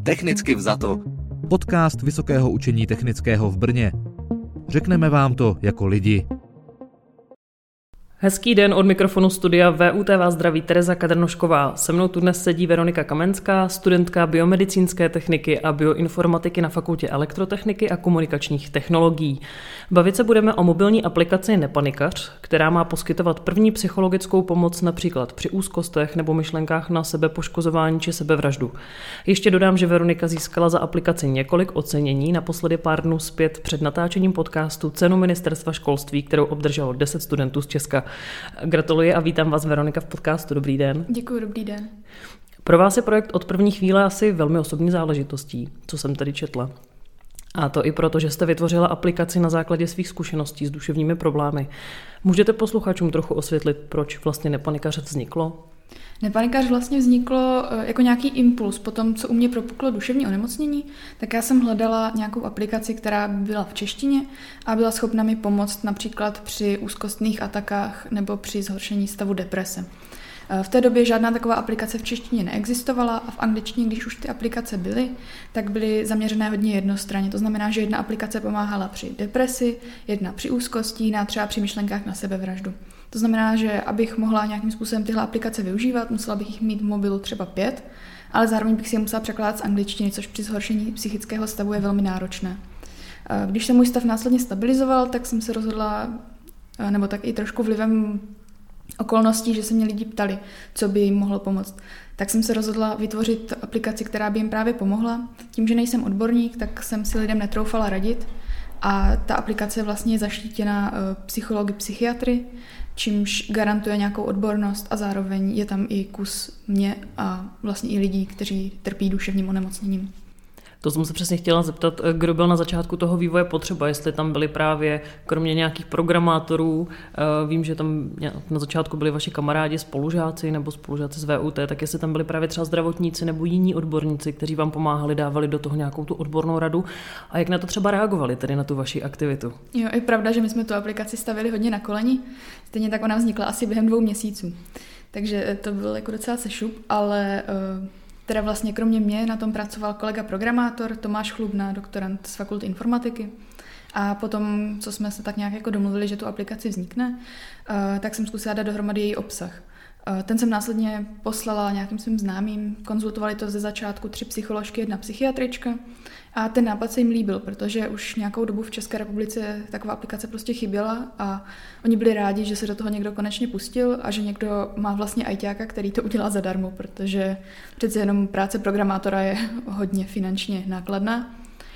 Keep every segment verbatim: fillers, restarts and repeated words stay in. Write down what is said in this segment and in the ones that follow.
Technicky vzato. Podcast Vysokého učení technického v Brně. Řekneme vám to jako lidi. Hezký den, od mikrofonu studia V U T vás zdraví Tereza Kadrnošková. Se mnou tu dnes sedí Veronika Kamenská, studentka biomedicínské techniky a bioinformatiky na Fakultě elektrotechniky a komunikačních technologií. Bavit se budeme o mobilní aplikaci Nepanikař, která má poskytovat první psychologickou pomoc například při úzkostech nebo myšlenkách na sebepoškozování či sebevraždu. Ještě dodám, že Veronika získala za aplikaci několik ocenění, naposledy pár dnů zpět před natáčením podcastu cenu Ministerstva školství, kterou obdrželo deset studentů z Česka. Gratuluji a vítám vás, Veronika, v podcastu. Dobrý den. Děkuji, dobrý den. Pro vás je projekt od první chvíle asi velmi osobní záležitostí, co jsem tady četla. A to i proto, že jste vytvořila aplikaci na základě svých zkušeností s duševními problémy. Můžete posluchačům trochu osvětlit, proč vlastně Nepanikař vzniklo? Nepanikař vlastně vzniklo jako nějaký impuls po tom, co u mě propuklo duševní onemocnění, tak já jsem hledala nějakou aplikaci, která byla v češtině a byla schopna mi pomoct například při úzkostných atakách nebo při zhoršení stavu deprese. V té době žádná taková aplikace v češtině neexistovala a v angličtině, když už ty aplikace byly, tak byly zaměřené hodně jednostranně. To znamená, že jedna aplikace pomáhala při depresi, jedna při úzkosti, jiná třeba při myšlenkách na sebevraždu. To znamená, že abych mohla nějakým způsobem tyhle aplikace využívat, musela bych jich mít v mobilu třeba pět, ale zároveň bych si je musela překládat z angličtiny, což při zhoršení psychického stavu je velmi náročné. Když se můj stav následně stabilizoval, tak jsem se rozhodla, nebo tak i trošku vlivem okolností, že se mě lidi ptali, co by jim mohlo pomoct. Tak jsem se rozhodla vytvořit aplikaci, která by jim právě pomohla. Tím, že nejsem odborník, tak jsem si lidem netroufala radit a ta aplikace vlastně je zaštítěna psychology, psychiatry, čímž garantuje nějakou odbornost a zároveň je tam i kus mě a vlastně i lidí, kteří trpí duševním onemocněním. To jsem se přesně chtěla zeptat, kdo byl na začátku toho vývoje potřeba, jestli tam byli právě, kromě nějakých programátorů, vím, že tam na začátku byli vaši kamarádi, spolužáci nebo spolužáci z V U T, tak jestli tam byli právě třeba zdravotníci nebo jiní odborníci, kteří vám pomáhali, dávali do toho nějakou tu odbornou radu a jak na to třeba reagovali, tedy na tu vaši aktivitu? Jo, je pravda, že my jsme tu aplikaci stavili hodně na koleni, stejně tak ona vznikla asi během dvou měsíců, takže to byl jako docela sešup, ale teda vlastně kromě mě na tom pracoval kolega programátor Tomáš Chlubna, doktorant z Fakulty informatiky. A potom, co jsme se tak nějak jako domluvili, že tu aplikaci vznikne, tak jsem zkusila dát dohromady její obsah. Ten jsem následně poslala nějakým svým známým, konzultovali to ze začátku tři psycholožky, jedna psychiatrička a ten nápad se jim líbil, protože už nějakou dobu v České republice taková aplikace prostě chyběla a oni byli rádi, že se do toho někdo konečně pustil a že někdo má vlastně ajťáka, který to udělá zadarmo, protože přece jenom práce programátora je hodně finančně nákladná.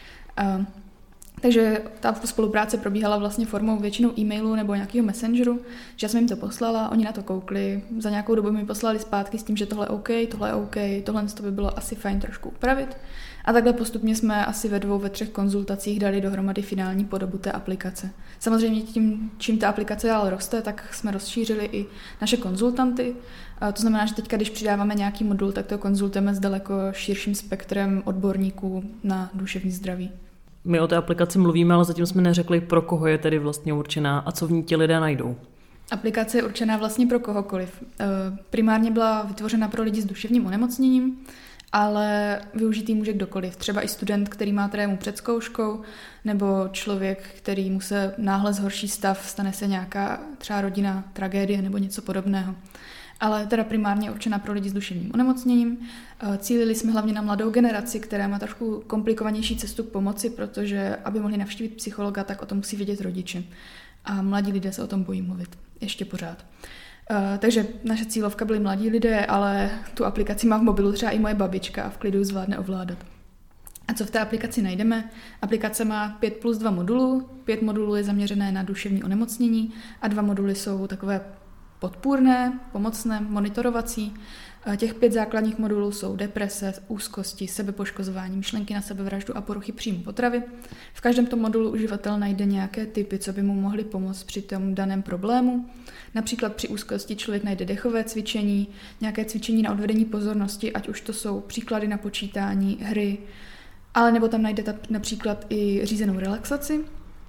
A takže ta spolupráce probíhala vlastně formou většinou e-mailu nebo nějakého messengeru, že já jsem jim to poslala, oni na to koukli, za nějakou dobu mi poslali zpátky s tím, že tohle je OK, tohle je OK, tohle to by bylo asi fajn trošku upravit. A takhle postupně jsme asi ve dvou, ve třech konzultacích dali dohromady finální podobu té aplikace. Samozřejmě tím, čím ta aplikace dál roste, tak jsme rozšířili i naše konzultanty. A to znamená, že teďka, když přidáváme nějaký modul, tak to konzultujeme s daleko širším spektrem odborníků na duševní zdraví. My o té aplikaci mluvíme, ale zatím jsme neřekli, pro koho je tedy vlastně určená a co v ní ti lidé najdou. Aplikace je určená vlastně pro kohokoliv. Primárně byla vytvořena pro lidi s duševním onemocněním, ale využitý může kdokoliv. Třeba i student, který má trému před zkouškou, nebo člověk, který mu se náhle zhorší stav, stane se nějaká třeba rodinná tragédie nebo něco podobného. Ale teda primárně určená pro lidi s duševním onemocněním. Cílili jsme hlavně na mladou generaci, která má trošku komplikovanější cestu k pomoci, protože aby mohli navštívit psychologa, tak o tom musí vědět rodiče. A mladí lidé se o tom bojí mluvit. Ještě pořád. Takže naše cílovka byli mladí lidé, ale tu aplikaci má v mobilu třeba i moje babička a v klidu zvládne ovládat. A co v té aplikaci najdeme? Aplikace má pět plus dva modulů. Pět modulů je zaměřené na duševní onemocnění a dva moduly jsou takové podpůrné, pomocné, monitorovací. Těch pět základních modulů jsou deprese, úzkosti, sebepoškozování, myšlenky na sebevraždu a poruchy příjmu potravy. V každém tom modulu uživatel najde nějaké tipy, co by mu mohly pomoct při tom daném problému. Například při úzkosti člověk najde dechové cvičení, nějaké cvičení na odvedení pozornosti, ať už to jsou příklady na počítání, hry, ale nebo tam najde například i řízenou relaxaci.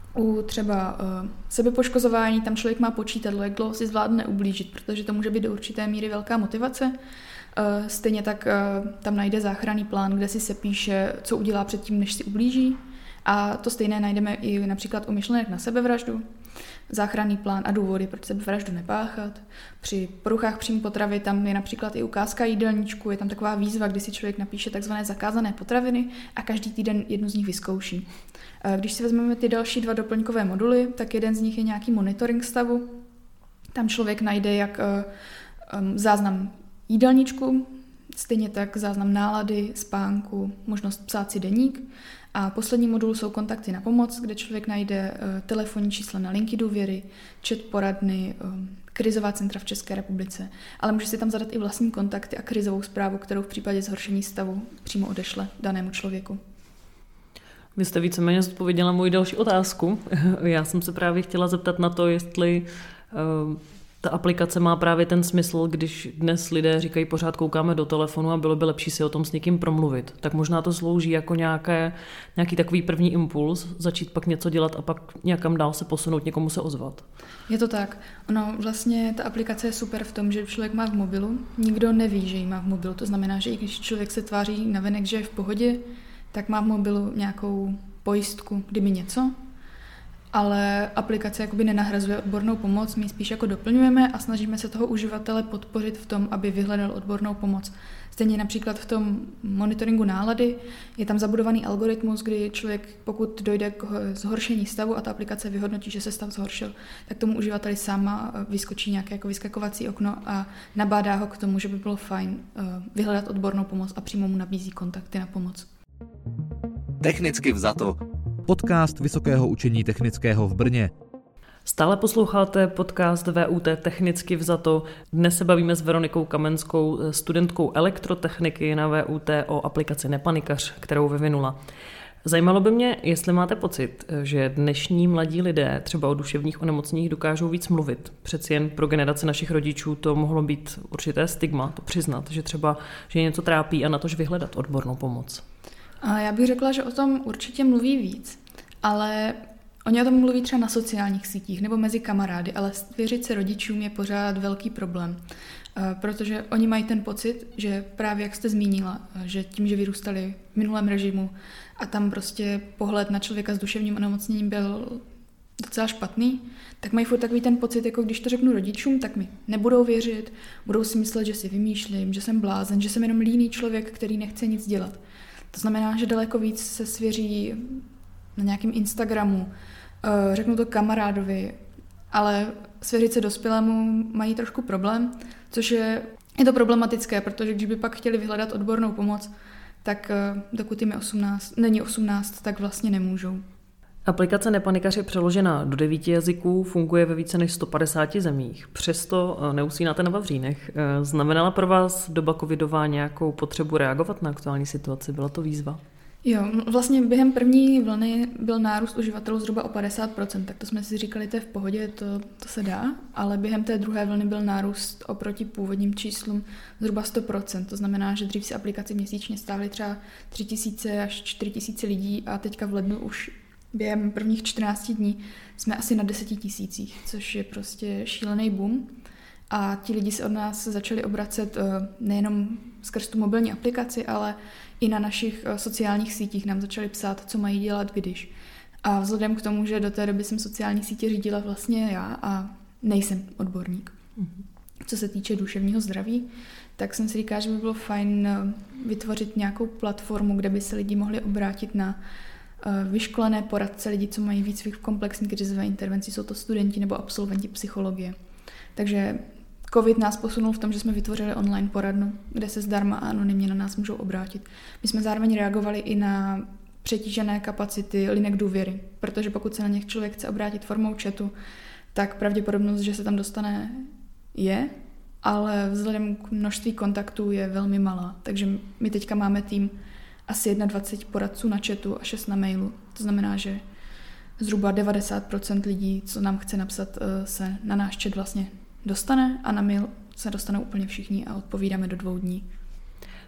U třeba uh, sebepoškozování tam člověk má počítadlo, jak dlouho si zvládne ublížit, protože to může být do určité míry velká motivace. Uh, stejně tak uh, tam najde záchranný plán, kde si sepíše, co udělá předtím, než si ublíží. A to stejné najdeme i například u myšlenek na sebevraždu. Záchranný plán a důvody, proč sebevraždu nepáchat. Při poruchách příjmu potravy tam je například i ukázka jídelníčku, je tam taková výzva, kdy si člověk napíše takzvané zakázané potraviny a každý týden jednu z nich vyzkouší. Když si vezmeme ty další dva doplňkové moduly, tak jeden z nich je nějaký monitoring stavu. Tam člověk najde jak záznam jídelníčku, stejně tak záznam nálady, spánku, možnost psát si deník. A poslední modul jsou kontakty na pomoc, kde člověk najde telefonní čísla na linky důvěry, chat poradny, krizová centra v České republice, ale může si tam zadat i vlastní kontakty a krizovou zprávu, kterou v případě zhoršení stavu přímo odešle danému člověku. Vy jste víceméně zodpověděla moji další otázku. Já jsem se právě chtěla zeptat na to, jestli uh, ta aplikace má právě ten smysl, když dnes lidé říkají pořád koukáme do telefonu a bylo by lepší si o tom s někým promluvit. Tak možná to slouží jako nějaké, nějaký takový první impuls, začít pak něco dělat a pak nějakam dál se posunout, někomu se ozvat. Je to tak. Ono vlastně ta aplikace je super v tom, že člověk má v mobilu, nikdo neví, že ji má v mobilu. To znamená, že i když člověk se tváří navenek, že je v pohodě, tak má v mobilu nějakou pojistku, kdyby něco. Ale aplikace jakoby nenahrazuje odbornou pomoc, my spíš jako doplňujeme a snažíme se toho uživatele podpořit v tom, aby vyhledal odbornou pomoc. Stejně například v tom monitoringu nálady je tam zabudovaný algoritmus, kdy člověk, pokud dojde k zhoršení stavu a ta aplikace vyhodnotí, že se stav zhoršil, tak tomu uživateli sama vyskočí nějaké jako vyskakovací okno a nabádá ho k tomu, že by bylo fajn vyhledat odbornou pomoc a přímo mu nabízí kontakty na pomoc. Technicky vzato. Podcast Vysokého učení technického v Brně. Stále posloucháte podcast V U T Technicky vzato. Dnes se bavíme s Veronikou Kamenskou, studentkou elektrotechniky na V U T o aplikaci Nepanikař, kterou vyvinula. Zajímalo by mě, jestli máte pocit, že dnešní mladí lidé třeba o duševních onemocněních dokážou víc mluvit. Přeci jen pro generaci našich rodičů to mohlo být určité stigma, to přiznat, že třeba že je něco trápí a na tož vyhledat odbornou pomoc. A já bych řekla, že o tom určitě mluví víc, ale oni o tom mluví třeba na sociálních sítích nebo mezi kamarády, ale svěřit se rodičům je pořád velký problém, protože oni mají ten pocit, že právě jak jste zmínila, že tím, že vyrůstali v minulém režimu a tam prostě pohled na člověka s duševním onemocněním byl docela špatný, tak mají furt takový ten pocit, jako když to řeknu rodičům, tak mi nebudou věřit, budou si myslet, že si vymýšlím, že jsem blázen, že jsem jenom líný člověk, který nechce nic dělat. To znamená, že daleko víc se svěří na nějakém Instagramu, řeknu to kamarádovi, ale svěřit se dospělému mají trošku problém, což je, je to problematické, protože když by pak chtěli vyhledat odbornou pomoc, tak dokud jim je osmnáct, není osmnáct, tak vlastně nemůžou. Aplikace Nepanikař je přeložena do devíti jazyků, funguje ve více než sto padesáti zemích. Přesto neusínáte na vavřínech. Znamenala pro vás doba covidová nějakou potřebu reagovat na aktuální situaci? Byla to výzva? Jo, vlastně během první vlny byl nárůst uživatelů zhruba o padesát procent, tak to jsme si říkali, to je v pohodě, to, to se dá, ale během té druhé vlny byl nárůst oproti původním číslům zhruba sto procent, to znamená, že dřív si aplikaci měsíčně stáhly třeba tři tisíce až čtyři tisíce lidí a teďka v lednu už během prvních čtrnácti dní jsme asi na deseti tisících, což je prostě šílený boom. A ti lidi se od nás začali obracet nejenom skrz tu mobilní aplikaci, ale i na našich sociálních sítích nám začali psát, co mají dělat, když. A vzhledem k tomu, že do té doby jsem sociální sítě řídila vlastně já a nejsem odborník, mm-hmm. co se týče duševního zdraví, tak jsem si říkala, že by bylo fajn vytvořit nějakou platformu, kde by se lidi mohli obrátit na vyškolené poradce, lidi, co mají výcvik v komplexní krizové intervenci, jsou to studenti nebo absolventi psychologie. Takže COVID nás posunul v tom, že jsme vytvořili online poradnu, kde se zdarma a anonymně na nás můžou obrátit. My jsme zároveň reagovali i na přetížené kapacity linek důvěry, protože pokud se na něch člověk chce obrátit formou chatu, tak pravděpodobnost, že se tam dostane, je, ale vzhledem k množství kontaktů je velmi malá. Takže my teďka máme tým asi dvacet jedna poradců na chatu a šest na mailu. To znamená, že zhruba devadesát procent lidí, co nám chce napsat, se na náš chat vlastně dostane a na mail se dostanou úplně všichni a odpovídáme do dvou dní.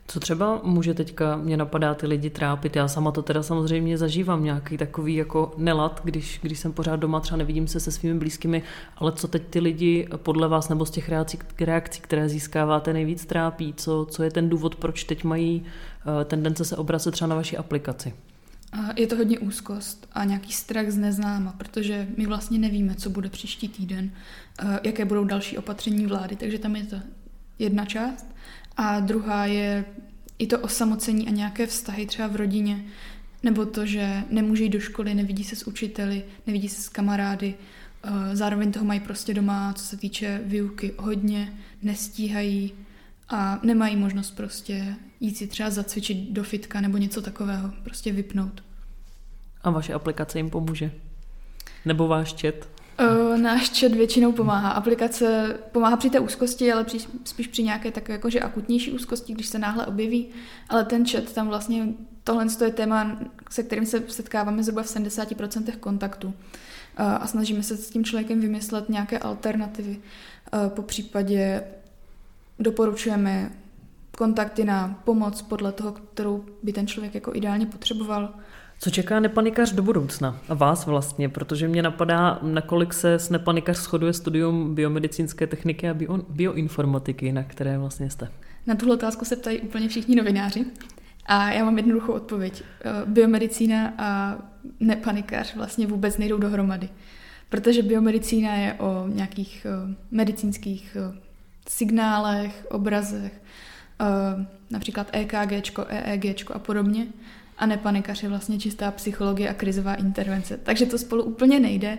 Co třeba může teďka, mě napadá, ty lidi trápit, já sama to teda samozřejmě zažívám, nějaký takový jako nelad, když, když jsem pořád doma, třeba nevidím se se svými blízkými, ale co teď ty lidi podle vás nebo z těch reakcí, reakcí které získáváte, nejvíc trápí, co, co je ten důvod, proč teď mají tendence se obracet třeba na vaši aplikaci? Je to hodně úzkost a nějaký strach z neznáma, protože my vlastně nevíme, co bude příští týden, jaké budou další opatření vlády, takže tam je to jedna část. A druhá je i to osamocení a nějaké vztahy třeba v rodině, nebo to, že nemůže jít do školy, nevidí se s učiteli, nevidí se s kamarády, zároveň toho mají prostě doma, co se týče výuky, hodně, nestíhají a nemají možnost prostě jít si třeba zacvičit do fitka nebo něco takového, prostě vypnout. A vaše aplikace jim pomůže? Nebo váš chat? Uh, náš chat většinou pomáhá. Aplikace pomáhá při té úzkosti, ale při, spíš při nějaké takové jakože akutnější úzkosti, když se náhle objeví. Ale ten chat tam vlastně, tohle je téma, se kterým se setkáváme zhruba v sedmdesát procent kontaktů. Uh, a snažíme se s tím člověkem vymyslet nějaké alternativy. Uh, po případě doporučujeme kontakty na pomoc podle toho, kterou by ten člověk jako ideálně potřeboval. Co čeká Nepanikař do budoucna? A vás vlastně, protože mě napadá, nakolik se s Nepanikař shoduje studium biomedicínské techniky a bio, bioinformatiky, na které vlastně jste. Na tuhle otázku se ptají úplně všichni novináři. A já mám jednoduchou odpověď. Biomedicína a Nepanikař vlastně vůbec nejdou dohromady. Protože biomedicína je o nějakých medicínských signálech, obrazech, například EKGčko, EEGčko a podobně. A Nepanikař je vlastně čistá psychologie a krizová intervence. Takže to spolu úplně nejde.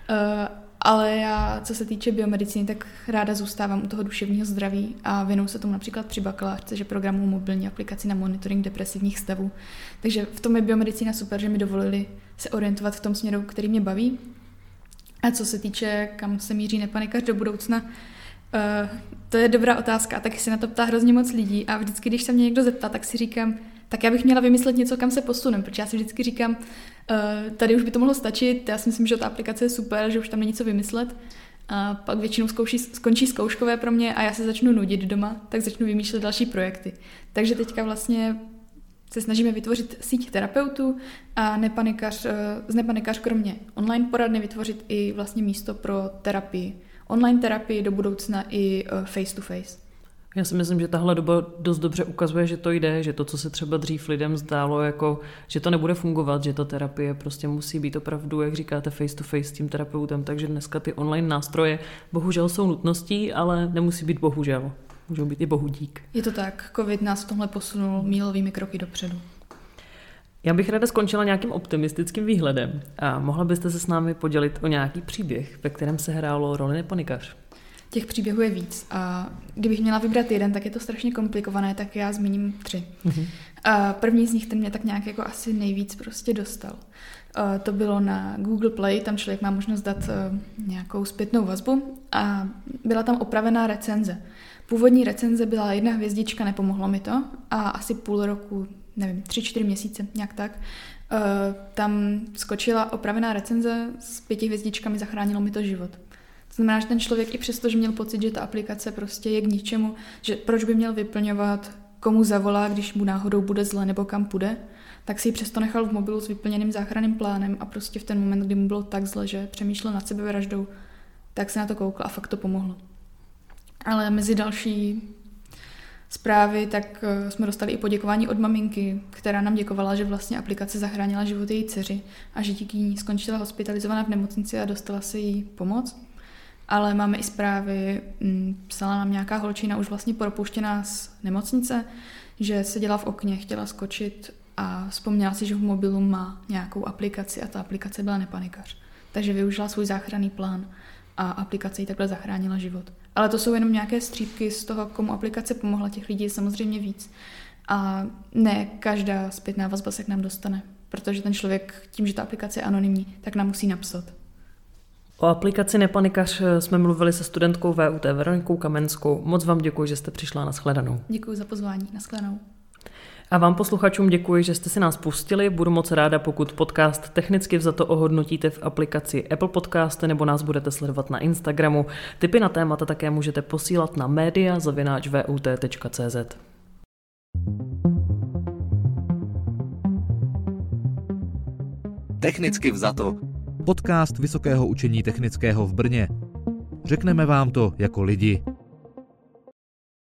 Ale já, co se týče biomedicíny, tak ráda zůstávám u toho duševního zdraví a věnuju se tomu například při bakalářce, že programuji mobilní aplikaci na monitoring depresivních stavů. Takže v tom je biomedicína super, že mi dovolili se orientovat v tom směru, který mě baví. A co se týče, kam se míří Nepanikař do budoucna, Uh, to je dobrá otázka a taky se na to ptá hrozně moc lidí a vždycky, když se mě někdo zeptá, tak si říkám, tak já bych měla vymyslet něco, kam se posunem, protože já si vždycky říkám, uh, tady už by to mohlo stačit, já si myslím, že ta aplikace je super, že už tam není co vymyslet a pak většinou zkouší, skončí zkouškové pro mě a já se začnu nudit doma, tak začnu vymýšlet další projekty. Takže teďka vlastně se snažíme vytvořit síť terapeutů a Nepanikař, uh, z Nepanikař kromě online poradny vytvořit i vlastně místo pro terapii. Online terapii do budoucna i face to face. Já si myslím, že tahle doba dost dobře ukazuje, že to jde, že to, co se třeba dřív lidem zdálo, jako, že to nebude fungovat, že ta terapie prostě musí být opravdu, jak říkáte, face to face s tím terapeutem, takže dneska ty online nástroje bohužel jsou nutností, ale nemusí být bohužel. Můžou být i bohudík. Je to tak, covid nás v tomhle posunul mílovými kroky dopředu. Já bych ráda skončila nějakým optimistickým výhledem a mohla byste se s námi podělit o nějaký příběh, ve kterém se hrálo roli Nepanikař? Těch příběhů je víc a kdybych měla vybrat jeden, tak je to strašně komplikované, tak já zmíním tři. Mm-hmm. A první z nich, ten mě tak nějak jako asi nejvíc prostě dostal. A to bylo na Google Play, tam člověk má možnost dát nějakou zpětnou vazbu a byla tam opravená recenze. Původní recenze byla jedna hvězdička, nepomohlo mi to a asi půl roku, nevím, tři, čtyři měsíce, nějak tak, uh, tam skočila opravená recenze s pěti hvězdičkami, zachránilo mi to život. To znamená, že ten člověk i přesto, že měl pocit, že ta aplikace prostě je k ničemu, že proč by měl vyplňovat, komu zavolá, když mu náhodou bude zle nebo kam půjde, tak si ji přesto nechal v mobilu s vyplněným záchranným plánem a prostě v ten moment, kdy mu bylo tak zle, že přemýšlel nad sebevraždou, tak se na to koukl a fakt to pomohlo. Ale mezi další zprávy, tak jsme dostali i poděkování od maminky, která nám děkovala, že vlastně aplikace zachránila život její dceři a že díky ní skončila hospitalizovaná v nemocnici a dostala se jí pomoc. Ale máme i zprávy, psala nám nějaká holčina už vlastně propouštěná z nemocnice, že seděla v okně, chtěla skočit a vzpomněla si, že v mobilu má nějakou aplikaci a ta aplikace byla Nepanikař. Takže využila svůj záchranný plán a aplikace jí takhle zachránila život. Ale to jsou jenom nějaké střípky z toho, komu aplikace pomohla, těch lidí je samozřejmě víc. A ne každá zpětná vazba se k nám dostane, protože ten člověk tím, že ta aplikace je anonymní, tak nám musí napsat. O aplikaci Nepanikař jsme mluvili se studentkou V U T Veronikou Kamenskou. Moc vám děkuji, že jste přišla. Na shledanou. Děkuji za pozvání. Na shledanou. A vám posluchačům děkuji, že jste si nás pustili. Budu moc ráda, pokud podcast technicky vzato ohodnotíte v aplikaci Apple Podcasty nebo nás budete sledovat na Instagramu. Tipy na témata také můžete posílat na media zavináč vut tečka cz. Technicky vzato. Podcast Vysokého učení technického v Brně. Řekneme vám to jako lidi.